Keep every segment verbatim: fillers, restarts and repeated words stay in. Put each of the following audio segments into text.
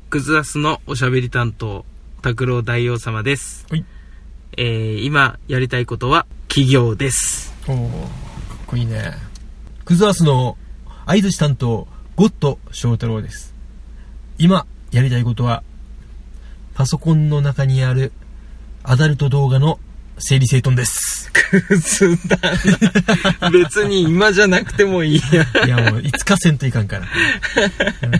クズアスのおしゃべり担当拓郎大王様です、 はい。 えー、今やりたいことは起業です。 おー、かっこいいね。クズアスの相槌担当ゴッド翔太郎です。今やりたいことはパソコンの中にあるアダルト動画の整理整頓です。 クズだな別に今じゃなくてもいいやいやもういつかせんといかんから、うん、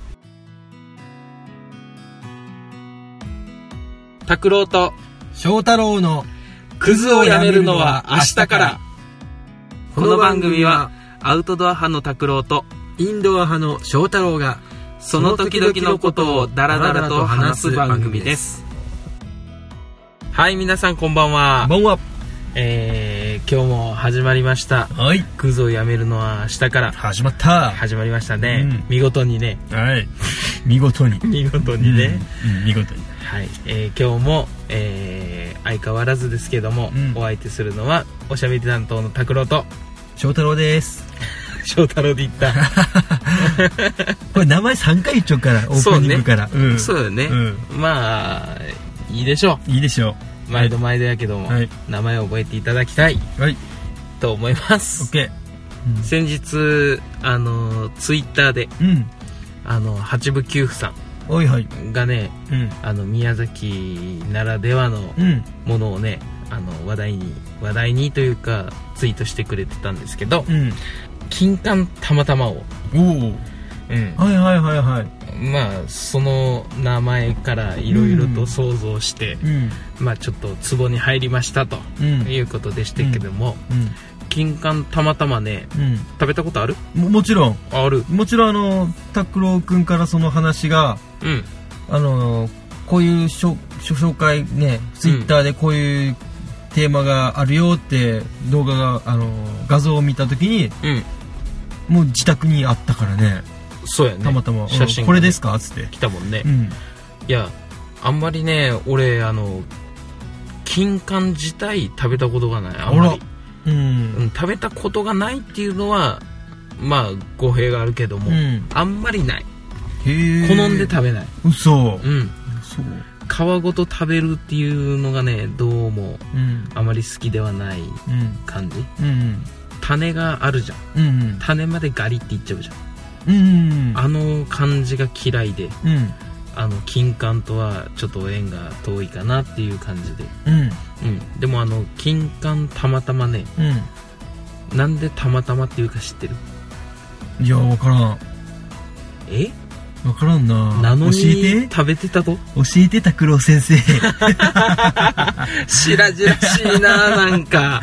拓郎と翔太郎のクズをやめるのは明日から。この番組はアウトドア派の拓郎とインドア派の翔太郎がその時々のことをダラダラと話す番組です。はい、皆さんこんばんは。 こんばんは。 えー、今日も始まりました。 はい。 クズをやめるのは明日から。 始まった。 始まりましたね。 うん、 見事にね。 はい。見事に。 見事にね。 うんうん、見事に。 はい、えー、今日も、えー、相変わらずですけども、うん、お相手するのはおしゃべり担当の拓郎と翔太郎です。 翔太郎で言ったこれ名前さんかい言っちゃうから、オープニングから。 そうね、うん、そうよね、うん、まあいいでしょう。 いいでしょう。 毎度毎度やけども、はい、名前を覚えていただきたい、はい、と思います。 OK、うん、 先日あのツイッターで、うん、あの八部九夫さんおいはいがね、うん、あの宮崎ならではのものをね、うん、あの話題に話題にというかツイートしてくれてたんですけど、うん、金柑たまたまを、 おー、うん、はいはいはいはい。 まあその名前からいろいろと想像して、うん、まあちょっとツボに入りましたということでしたけども、うんうん、金柑たまたまね、うん、食べたことある？ も, もちろんある。 もちろんあの拓郎くんからその話が、うん、あのこういうしょ紹介ね、ツイッターでこういうテーマがあるよって動画があの画像を見たときに、うん、もう自宅にあったからね。 そうやね、 たまたま写真これですかっつって来たもんね、 うん、 いやあんまりね俺あの金柑自体食べたことがない。あんまり、うんうん、食べたことがないっていうのはまあ語弊があるけども、うん、あんまりない。 へー、 好んで食べない。 嘘。 うん、そう皮ごと食べるっていうのがねどうもあまり好きではない感じ、うんうん、種があるじゃん、うんうん、種までガリっていっちゃうじゃん、うんうんうん、あの感じが嫌いで、うん、あの金柑とはちょっと縁が遠いかなっていう感じで、うんうん、でもあの金柑たまたまね、うん、なんでたまたまっていうか知ってる？ いや分からん。 え？ 分からんな。 なのに教えて。 食べてたと？ 教えて拓郎先生しらじらしいななんか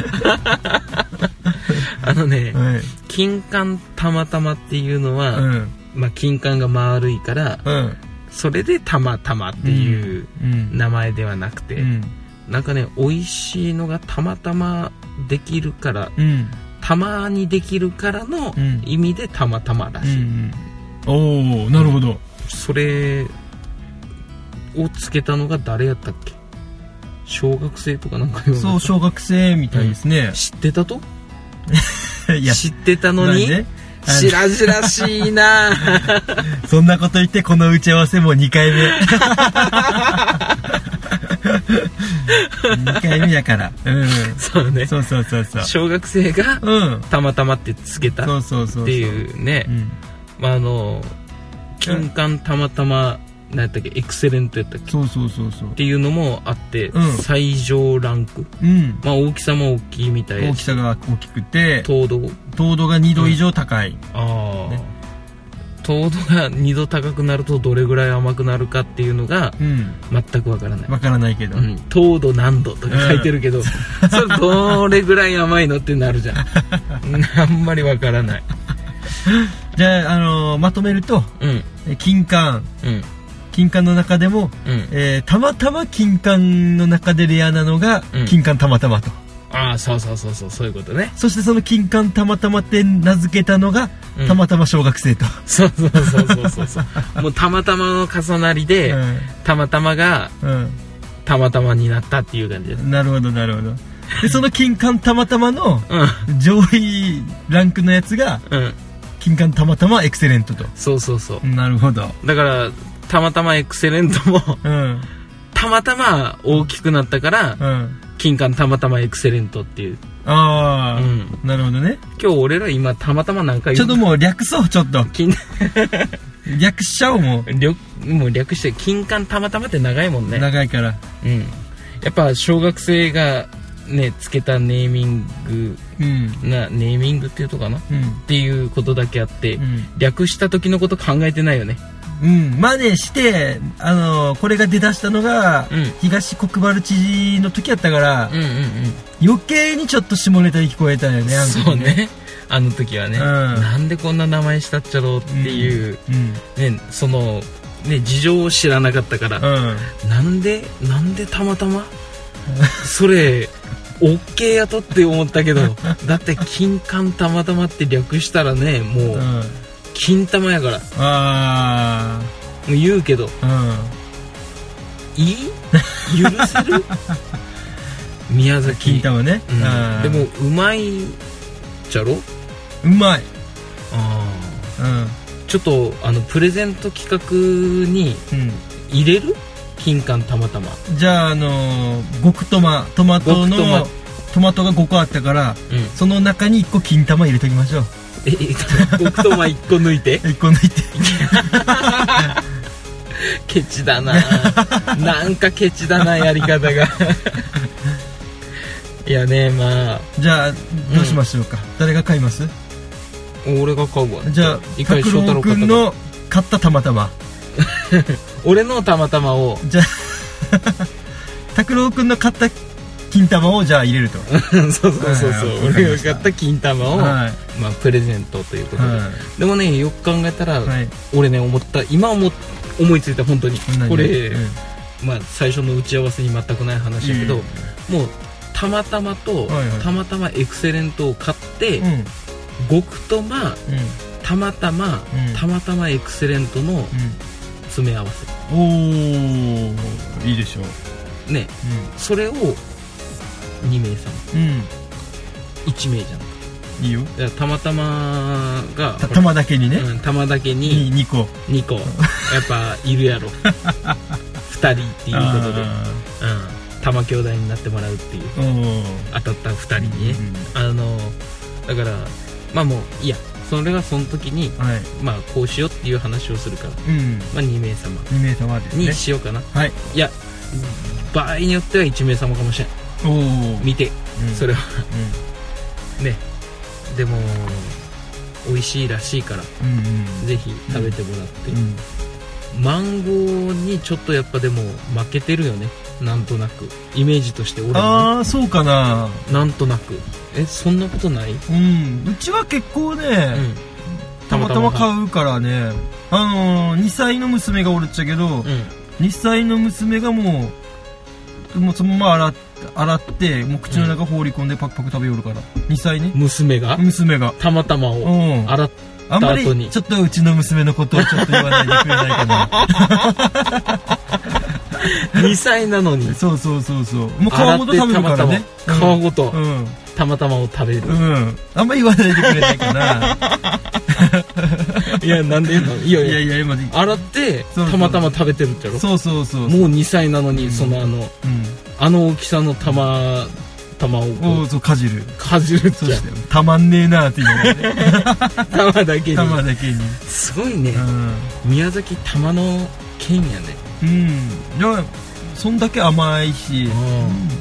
あのね、はい、金柑たまたまっていうのは、うん、まあ金柑が丸いから、うん、それでたまたまっていう名前ではなくて、うん、なんかね美味しいのがたまたまできるから、うん、たまにできるからの意味でたまたまらしい、うんうん、 おお、なるほど。 それをつけたのが誰やったっけ？小学生とかなんかような。 そう小学生みたいですね、 うん、知ってたといや知ってたのに、ね、しらじらしいなそんなこと言ってこの打ち合わせもにかいめにかいめやから、うん、 そうね、 そうそうそうそう、 小学生がたまたまってつけたっていうね、まああの金柑たまたま何やったっけ、エクセレントやったっけ、 そうそうそうそうっていうのもあって、うん、最上ランク、うん、まあ大きさも大きいみたいです。 大きさが大きくて糖度糖度がにど以上高い、うん、 ああ、ね、糖度がにど高くなるとどれぐらい甘くなるかっていうのが、うん、全くわからない。 わからないけど、うん、 糖度何度とか書いてるけど、うん、それどれぐらい甘いのってなるじゃんあんまりわからないじゃあ、あのー、まとめると、うん、金柑、うん、金柑の中でも、うん、えー、たまたま金柑の中でレアなのが、うん、金柑たまたまと。 ああ、そうそうそうそう、そういうことね。 そしてその金柑たまたまって名付けたのが、うん、たまたま小学生と。 そうそうそうそうそうもうたまたまの重なりで、うん、たまたまが、うん、たまたまになったっていう感じです。 なるほどなるほど。でその金柑たまたまの、うん、上位ランクのやつが、うん、金柑たまたまエクセレントと。 そうそうそう、 なるほど。 だからたまたまエクセレントも、うん、たまたま大きくなったから、うん、金柑たまたまエクセレントっていう。 ああ、うん、なるほどね。 今日俺ら今たまたま何回ちょっともう略そう、ちょっと略しちゃおう。もう略もう略して金柑たまたまって長いもんね。 長いから、 うん、やっぱ小学生がねつけたネーミング、うん、なネーミングっていうとかな、うん、っていうことだけあって、うん、略した時のこと考えてないよね。 うん、真似してあのこれが出だしたのが、うん、東国原知事の時やったから、うんうんうん、余計にちょっと下ネタに聞こえたよね。あの時ね。 そうね、あの時はね、うん、なんでこんな名前したっちゃろうっていう、うんうん、ね、そのね事情を知らなかったから、うん、なんでなんでたまたまそれオッケーやとって思ったけどだって金柑たまたまって略したらねもう、うん、金玉やから。あもう言うけど、うん、いい許せる宮崎金玉ね、 うん、でもうまいじゃろ。 うまい。 あ、うん、ちょっとあのプレゼント企画に入れる、うん、金柑たまたま。 じゃああのー、極トマトマトのトマ、トマトがごこあったから、うん、その中にいっこ金玉入れときましょう。 ええ極トマいっこ抜いていっこ抜いてケチだななんかケチだなやり方がいやね、まあじゃあどうしましょうか、うん、誰が買います？ 俺が買うわ。 じゃあ拓郎くんの買ったたまたま俺のたまたまをじゃあ拓郎くんの買った金玉をじゃあ入れるとそうそうそうそう、俺が買った金玉を、はい、まあ、プレゼントということで、はい、でもねよく考えたら、はい、俺ね思った今思思いついた本当にこれ、うん、まあ最初の打ち合わせに全くない話だけど、うん、もうたまたまと、はいはい、たまたまエクセレントを買って、うん、極トマ、うん、たまたま、うん、たまたまエクセレントの詰め合わせ、 うん、おーいいでしょうね、うん、それをにめいさま、うん、いちめいじゃなくていいよ。だからたまたまがた玉だけにね、 うん、玉だけににこにこやっぱいるやろふたりっていうことで、うん、玉兄弟になってもらうっていう当たったふたりにね、うん、あのだからまあもういいや、それはその時に、はい、まあこうしようっていう話をするから、うん、まあにめいさまにめいさまですねにしようかな、はい、いや場合によってはいちめいさまかもしれない。お見て、うん、それは、うん、ね、でも美味しいらしいから、うんうん、ぜひ食べてもらって、うんうん、マンゴーにちょっとやっぱでも負けてるよね、なんとなくイメージとして俺も、ね、 ああそうかな、 なんとなく。えそんなことない？ うん、うちは結構ね、うん、たまたま買うからね、あのー、にさいの娘がおるっちゃけど、うん、にさいの娘がもうもうそのまま洗って洗ってもう口の中放り込んでパクパク食べよるから、うん、にさいね、 娘が娘がたまたまを洗った後に、あんまりちょっとうちの娘のことをちょっと言わないでくれないかなにさいなのにそうそうそうそう、もう皮ごと食べるからね、 皮ごと、うん、たまたまを食べる、うん、 あんまり言わないでくれないかないやなんで言うの？いやいやいや今洗ってたまたま食べてるってやろ。 そうそうそう、 もうにさいなのに、うん、そのあの、うん、あの大きさの玉玉をこうそうかじるかじるっちゃたまんねえなって言うね玉だけに玉だけにすごいね、うん、宮崎玉の県やね。 うん、いやそんだけ甘いし、 うん、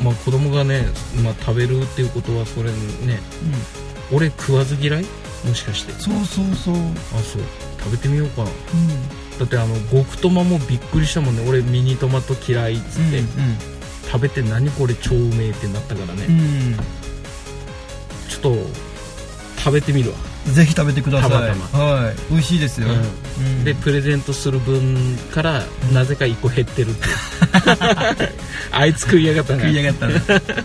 まあ子供がね、まあ、食べるっていうことはそれね、うん、俺食わず嫌いもしかして。 そうそうそう、 あそう食べてみようかな、うん、だってあの極トマもびっくりしたもんね。俺ミニトマト嫌いっつって、うんうん、食べて何これ超うめえってなったからね、うん、ちょっと食べてみるわ。 ぜひ食べてください。たまたま、はい、美味しいですよ、うんうん、でプレゼントする分からなぜかいっこ減ってるってあいつ食いやがったな食いやがったな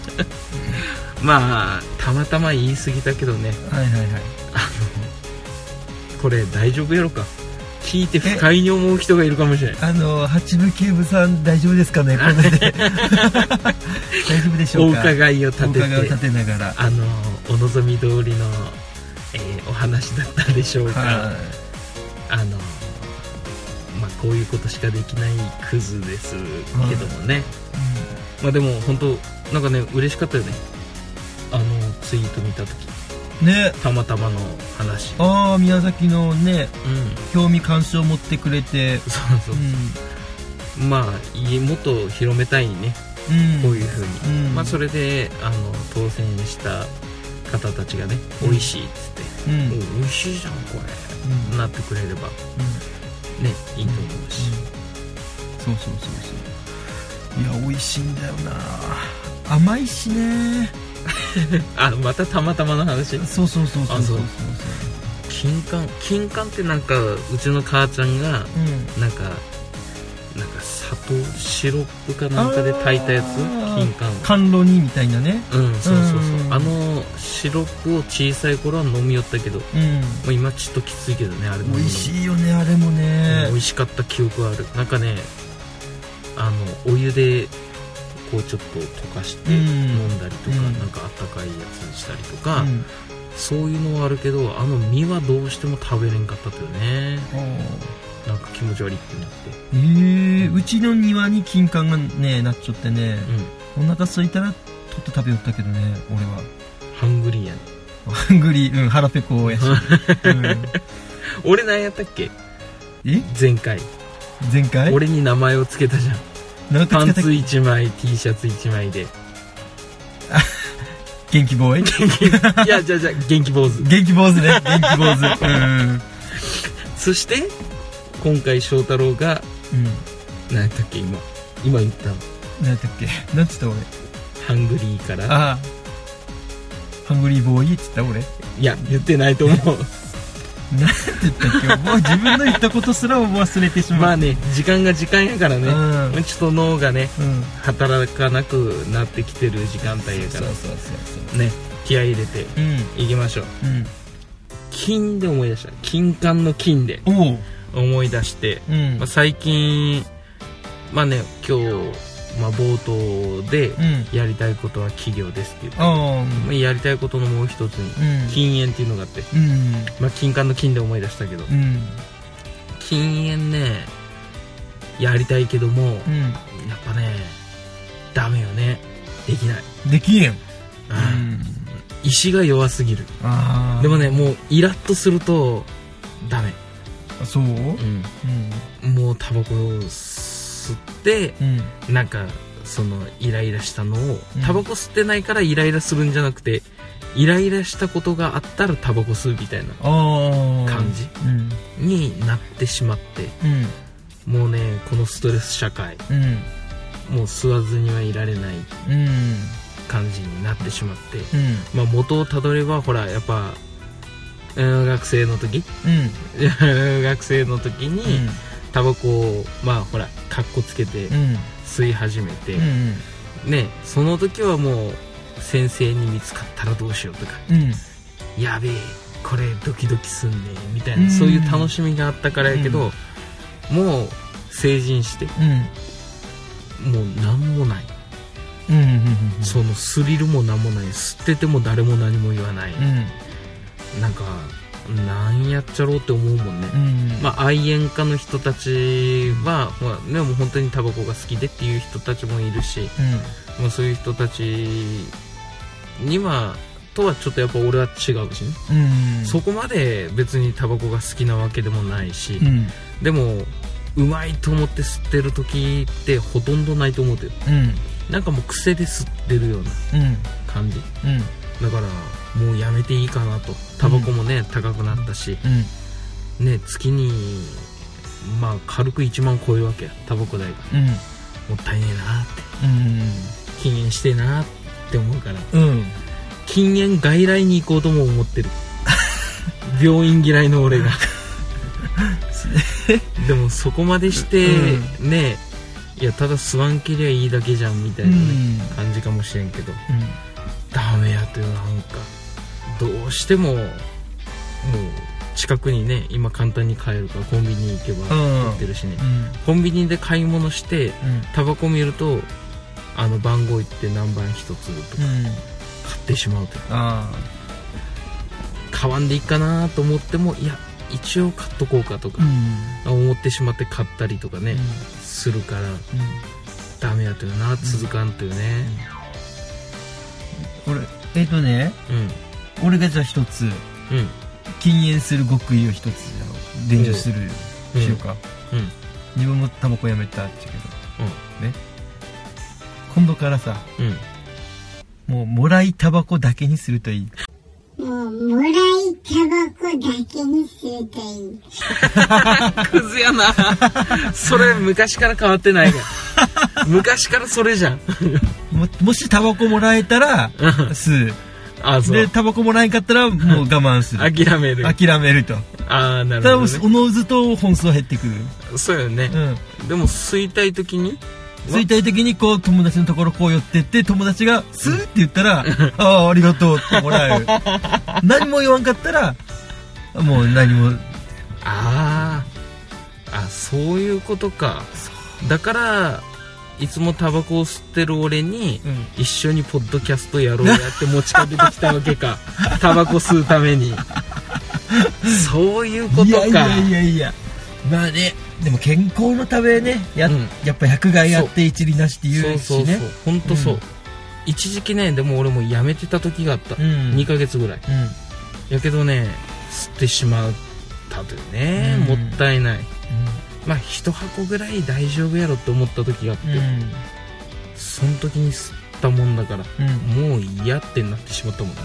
まあたまたま言い過ぎたけどね、はいはいはい、あのこれ大丈夫やろか、聞いて不快に思う人がいるかもしれない。 あの八部警部さん大丈夫ですかねこれで大丈夫でしょうか。 お伺いを立てて、お伺いを立てながら、 あのお望み通りの、えー、お話だったでしょうか。あの、まあ、 こういうことしかできないクズですけどもね、うん、まあでも本当なんかね嬉しかったよね、あのツイート見た時ね、 たまたまの話。 ああ宮崎のね、うん、興味関心を持ってくれて、 そうそう、うん、まあもっと広めたいね、うん、こういう風に、うん、まあそれであの当選した方たちがね、うん、美味しいっつって、うん、美味しいじゃんこれ、うん、なってくれれば、うん、ねいいと思うし、 うん、そうそうそうそう、いや美味しいんだよな、甘いしねあ、またたまたまの話。 そうそうそうそうそうそう、 金柑金柑ってなんかうちの母ちゃんが、うん、なんかなんか砂糖シロップかなんかで炊いたやつ、金柑甘露煮みたいなね、 うんそうそうそう、うん、あのシロップを小さい頃は飲みよったけど、うん、もう今ちょっときついけどね、あれも美味しいよね、あれもね、 うん、美味しかった記憶はある。なんかねあのお湯でこうちょっと溶かして飲んだりとか、うん、なんかあったかいやつにしたりとか、うん、そういうのはあるけど、あの実はどうしても食べれんかったとよね。なんか気持ち悪いってなって、 えー、うちの庭に金柑がねなっちゃってね、うん、お腹空いたら取って食べよったけどね、俺はハングリーやね。 ハングリー、うん、腹ペコやし、うん、 俺何やったっけ、 え前回前回俺に名前をつけたじゃん。パンツいちまい T シャツいちまいで元気ボーイいやじゃあじゃあ元気坊主元気坊主ね元気坊主、うん、 そして今回翔太郎が、うん、何やったっけ、今今言ったの何やったっけ、何つった俺、 ハングリーから、 ああハングリーボーイっつった俺、 いや言ってないと思うなんて言ったっけ、もう自分の言ったことすらも忘れてしまう。 まあね、時間が時間やからね、うん、ちょっと脳がね、うん、働かなくなってきてる時間帯やから、そうそうそうそうね、気合い入れていきましょう、うん、金で思い出した、金柑の金で思い出して、うんまあ、最近まあね今日まあ、冒頭でやりたいことは企業ですって言って、うんまあ、やりたいことのもう一つに禁煙っていうのがあって、うんまあ、金柑の金で思い出したけど、うん、禁煙ねやりたいけども、うん、やっぱねダメよね、できない、 できん、うん、 意志が弱すぎる。あでもねもうイラッとするとダメ。 そう、 うんうん、もうタバコを吸って、うん、なんかそのイライラしたのを、タバコ吸ってないからイライラするんじゃなくて、イライラしたことがあったらタバコ吸うみたいな感じになってしまって、うん、もうねこのストレス社会、うん、もう吸わずにはいられない感じになってしまって、うん、まあ元をたどればほらやっぱ、うん、学生の時、うん、学生の時に、うんタバコをまあほらカッコつけて吸い始めて、うんうん、ねその時はもう先生に見つかったらどうしようとか、うん、やべえこれドキドキすんねみたいな、うん、そういう楽しみがあったからやけど、うん、もう成人して、うん、もう何もない、うんうんうんうん、そのスリルも何もない、吸ってても誰も何も言わない、うん、なんかなんやっちゃろうって思うもんね、うんまあ、愛煙家の人たちは、まあね、もう本当にタバコが好きでっていう人たちもいるし、うんまあ、そういう人たちにはとはちょっとやっぱ俺は違うしね、うん、そこまで別にタバコが好きなわけでもないし、うん、でもうまいと思って吸ってる時ってほとんどないと思うてよ、うん、なんかもう癖で吸ってるような感じ、うんうんだからもうやめていいかなと。タバコもね、うん、高くなったし、うん、ね月にまあ軽くいちまん超えるわけやタバコ代が、うん、もったいねえなって、うん、禁煙してえなって思うから、うん、禁煙外来に行こうとも思ってる病院嫌いの俺がでもそこまでして、うん、ねいやただ吸わんけりゃいいだけじゃんみたいな、ねうん、感じかもしれんけど、うんダメやというなんかどうしてももう近くにね今簡単に買えるからコンビニ行けば売ってるしね、うん、コンビニで買い物してタバコ見るとあの番号言って何番一つとか買ってしまうという、うん、買わんでいいかなと思ってもいや一応買っとこうかとか、うん、思ってしまって買ったりとかね、うん、するから、うん、ダメやというな、続かんというね、 うん、これえっ、ー、とね、うん、俺がじゃあ一つ、うん、禁煙する極意を一つ伝授する、うん、しようか、うん、自分もタバコやめたって言うけど、うん、ね、今度からさ、うん、もうもらいタバコだけにするといい。 もうもらいタバコだけにするといい。 クズやな。それ昔から変わってないから昔からそれじゃん。 も, もしタバコもらえたら吸う。あ、そうでタバコもらえんかったらもう我慢する。 諦める諦めると。 ああ、なるほど、ね、 ただおのずと本数は減ってくる。 そうよね、うん、でも吸いたい時に吸いたい時にこう友達のところこう寄ってって友達がスーって言ったら、うん、ああありがとうってもらえる。何も言わんかったらもう何も。 ああ、そういうことか。だからいつもタバコを吸ってる俺に、うん、一緒にポッドキャストやろうやって持ちかけてきたわけか。タバコ吸うために。そういうことか。いやいやいやいや、まあね、でも健康のためね や,、うん、やっぱ百害あって一理なしって言うしね。そうそうそう、 本当そう、うん、一時期ね、でも俺もやめてた時があった、うん、にかげつぐらい、うん、やけどね吸ってしまったというね、うん、もったいない、うん、まあ一箱ぐらい大丈夫やろって思った時があって、うん、その時に吸ったもんだから、うん、もう嫌ってなってしまったもんね。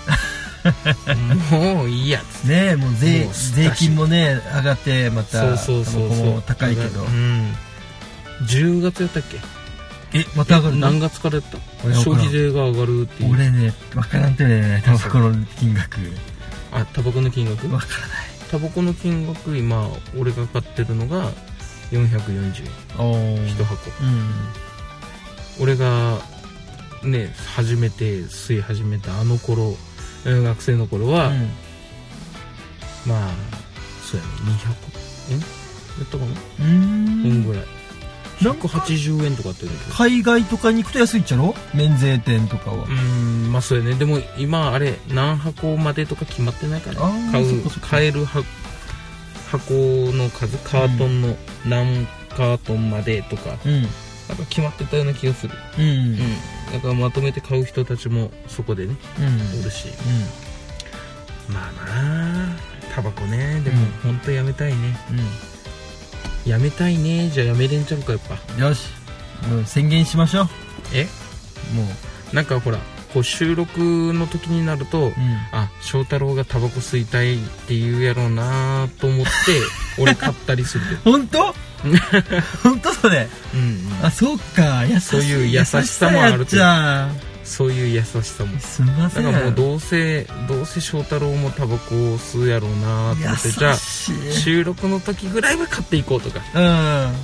もういいやつね。もう 税, もう税金もね上がってまたそうそうそうそうも高いけど、うん、 じゅうがつやったっけ。 えまた上がるの？ 何月からやった？消費税が上がるっていう。 俺ね分からんてね、タバコの金額。 あ、タバコの金額分からない。 タバコの金額今俺が買ってるのがよんひゃくよんじゅうえんいち箱、うん、俺がね初めて吸い始めたあの頃、学生の頃は、うん、まあそうやねにひゃくえんやったかな、うーんぐらいひゃくはちじゅうえんとかって言うんだけど、 海外とかに行くと安いっちゃろ、免税店とかは。うーん、まあそうやね。でも今あれ何箱までとか決まってないから買う買える箱の数、カートンの何カートンまでとか、うん、なんか決まってたような気がする。うん、うん、だからまとめて買う人たちもそこでね、うん、おるし、うん、まあなあタバコね、でもほんとやめたいね、うん、やめたいね。じゃあやめれんちゃうか。やっぱよし、もう宣言しましょう。 えもうなんかほらこう収録の時になると、うん、あ、翔太郎がタバコ吸いたいって言うやろうなと思って俺買ったりする。 本当本当それ、うんうん、あ、そうか、優しい、 そういう優しさもあると。じゃあそういう優しさも。 すみません。 だからもうどうせどうせ翔太郎もタバコを吸うやろうなと思って、じゃあ収録の時ぐらいは買っていこうとか、うん、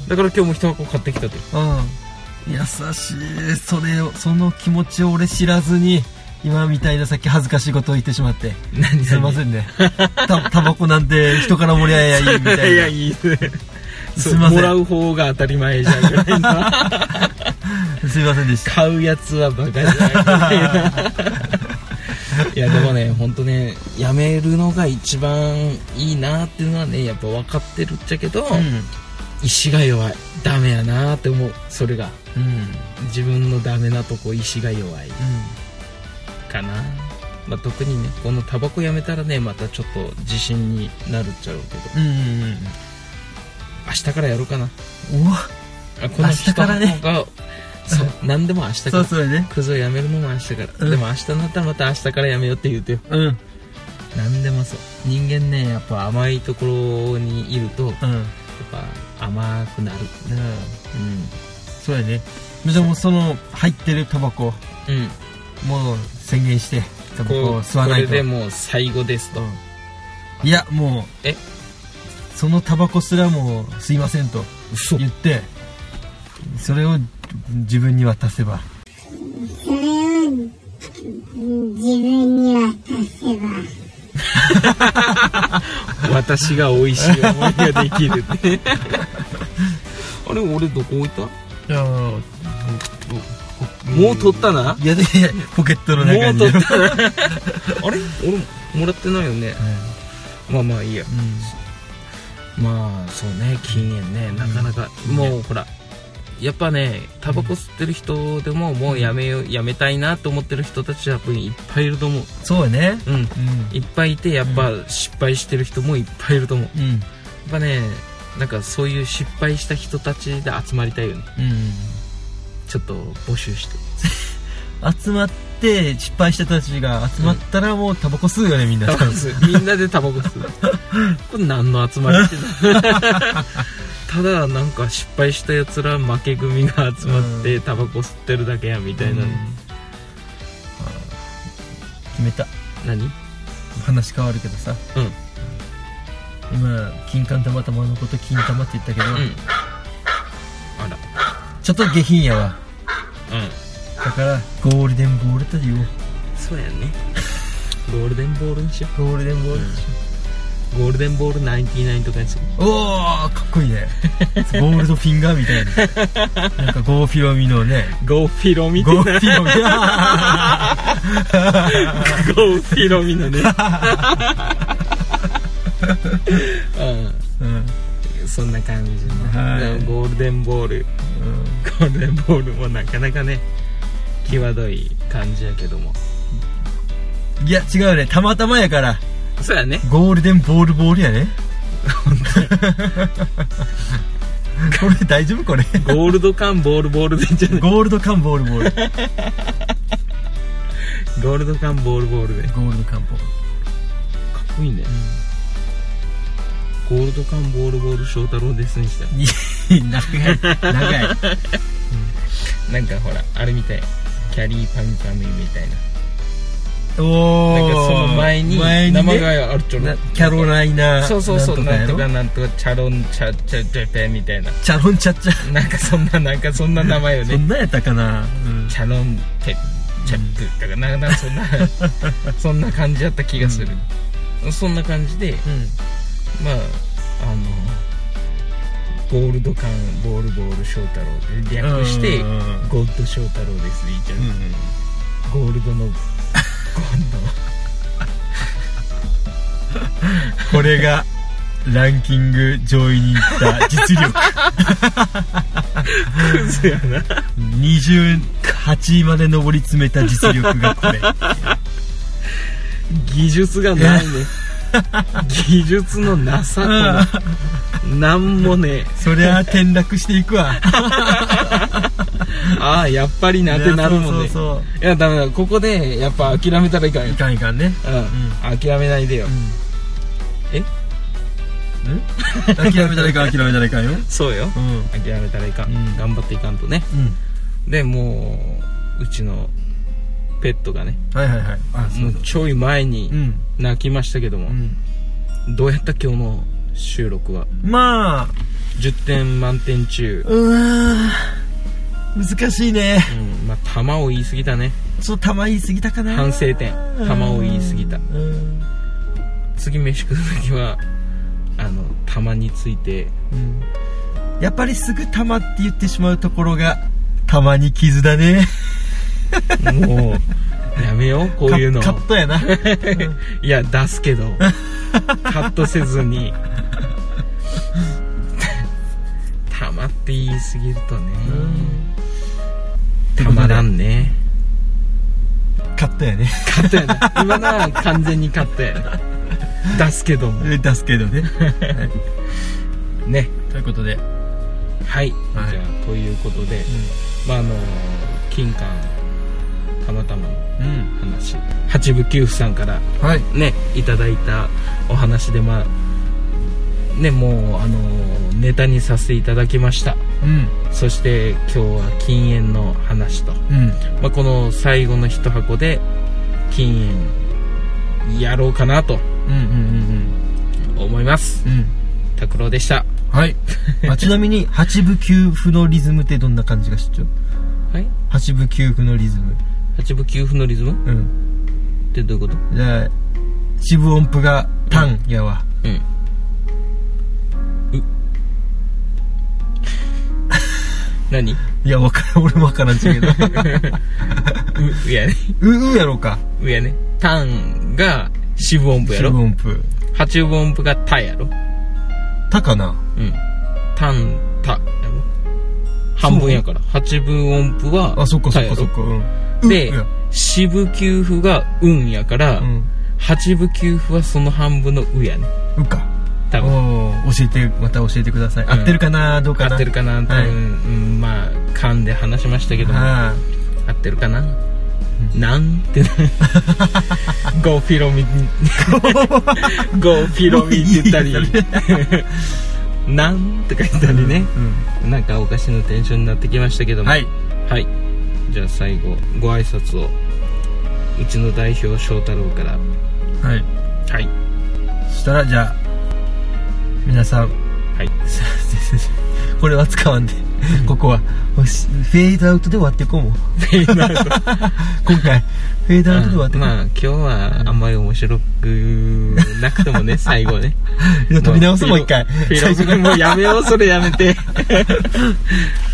だから今日も一箱買ってきたと。 うん、優しい。それをその気持ちを俺知らずに今みたいなさっき恥ずかしいことを言ってしまって何すいませんね。たタバコなんて人からもりゃえやいいみたいな。いやいいすいません。もらう方が当たり前じゃんぐらいな。 すいませんでした。 買うやつはバカじゃない。いやでもね、ほんとね、やめるのが一番いいなっていうのはね、やっぱ分かってるっちゃけど、うん、意志が弱い、ダメやなって思う。それが、うん、自分のダメなとこ、意志が弱い、うん、かな。まあ、特にね、このタバコやめたらね、またちょっと自信になるっちゃろうけど、うんうんうん、明日からやろうかな。 おこの人が、ね、そう何でも明日から。 そうそうね。 クズをやめるのも明日から、うん、でも明日になったらまた明日からやめようって言うてよ。うん。何でもそう。人間ね、やっぱ甘いところにいると、うん、やっぱ甘くなる。うん。うん、 そうやね。でもその入ってるタバコ、うん、もう宣言してタバコを吸わないと。 これでもう最後ですと。うん、 いやもうえそのタバコすらも吸いませんと言って、それを自分に渡せば、 それを自分に渡せば私が美味しい思いができるってあれ俺どこ置いた？いやもう取ったな。 いやいやポケットの中にもう取ったなあれ俺もらってないよね、 まあまあいいや、うん、まあそうね禁煙ねなかなか、うん、もうほらやっぱねタバコ吸ってる人でももうやめようやめたいなと思ってる人たちは多分いっぱいいると思う。 そうね、 うん、うん、いっぱいいてやっぱ失敗してる人もいっぱいいると思う、うん、やっぱねなんかそういう失敗した人たちで集まりたいよね、うん、ちょっと募集して集まって失敗した人たちが集まったらもうタバコ吸うよねみんなみんなでタバコ吸うこれ何の集まりってただなんか失敗したやつら負け組が集まってタバコ吸ってるだけやみたいな、うん、 決めた。 何？ 話変わるけどさ、うん、今金柑たまたまのこと金玉って言ったけど、うん、あらちょっと下品やわ、うん、だからゴールデンボールと言おう。 そうやねゴールデンボールにしよう。ゴールデンボールにしよう、うん、ゴールデンボールナインティナインとかにする。 おーかっこいいねゴールドフィンガーみたいななんかゴーフィロミのねゴーフィロミってゴーフィロミゴーフィロミのねうん、うん、そんな感じの、はい、ゴールデンボール、うん、ゴールデンボールもなかなかね際どい感じやけども、 いや違うねたまたまやから。 そうやねゴールデンボールボールやねこれ大丈夫これゴールド缶ボールボールでいいんじゃない？ ゴールド缶ボールボールゴールド缶ボールボールでゴールド缶ボールかっこいいね、うん、ゴールド缶ボールボール翔太郎ですにした長い長い、 うん、なんかほらあれみたいキャリーパンカムみたいな。 おなんかその前に名前があるちょろ、 キャロライナそうそうそうなんとかなんとかチャロンチャチャチャペみたいなチャロンチャッチャなんかそんななんかそんな名前よね。 そんなやったかな、 うん、チャロンテチャップとかなんかそんなそんな感じやった気がする、うん、そんな感じで、うん、まああのゴールド缶ボールボール翔太郎で略してゴッド翔太郎ですいいじゃん、うん、ゴールドのこれがランキング上位にいった実力クズやな。 にじゅうはちいまで上り詰めた実力がこれ技術がないね技術のなさとなんもねそりゃ転落していくわああやっぱりなってなるもんね。いや、そうそうそう、いやダメだここでやっぱ諦めたらいかんよ。 いかんいかんね、 うんうん、諦めないでよ、うん、え諦めたらいかん諦めたらいかんよそうよ、うん、諦めたらいかん、うん、頑張っていかんとね、うん、でもううちのペットがね、 はいはいはい、あもうちょい前に泣きましたけども、うん、どうやった今日の収録は。 まあじゅってん満点中うわ難しいね、 うん、まあ玉を言い過ぎたね。 そう玉言い過ぎたかな。 反省点玉を言い過ぎた。次飯食う時はあの玉について、うん、 やっぱりすぐ玉って言ってしまうところが玉に傷だねもうやめようこういうのカットやな、うん、 いや出すけどカットせずに玉って言い過ぎるとね、うん、たまらんね。 カットやねカットやね今のは完全にカットやね出すけども出すけどねねということではい、はい、じゃあということで、うん、まああの金柑たまたまの話、うん、八部九夫さんからね、はい、いただいたお話でまあねもうあのネタにさせていただきました、うん、そして今日は禁煙の話と、うんまあ、この最後の一箱で禁煙やろうかなと思います。拓郎でした。 はい、まあ、ちなみに八部九夫のリズムってどんな感じがしちゃう？ はい八部九夫のリズム八部九夫のリズムうんってどういうこと？ じゃあ四分音符がタンやわ。うん、うん何？いやわからん俺もわからんちゃうけどううやねううやろうかうやねタンが四分音符やろ。 四分音符八分音符がタやろ。 タかな。 うん。タンタやろ。半分やから。八分音符はタやろ。あ、そっかそっかそっか。うん、で、四分九符が運やから、うん、八分九符はその半分のうやね。 うか。多分。お教えて、また教えてください。うん、合ってるかなどうかな。 合ってるかな多分、はい、うん、まあ、勘で話しましたけども。合ってるかな、うん、なんてな。ゴーフィロミ。ゴーフィロミって言ったり。なんとか言ったりね、うんうん、なんかおかしなテンションになってきましたけども、はい、はい、じゃあ最後ご挨拶をうちの代表翔太郎から。 はいはい。 そしたらじゃあ皆さん、はい、これは使わんでここはフェードアウトで終わっていこうもん。フェードアウト今回フェードアウトで終わっていこう。 まあ今日はあんまり面白くなくてもね最後ね飛び直すもう一回最初にもうやめようそれやめて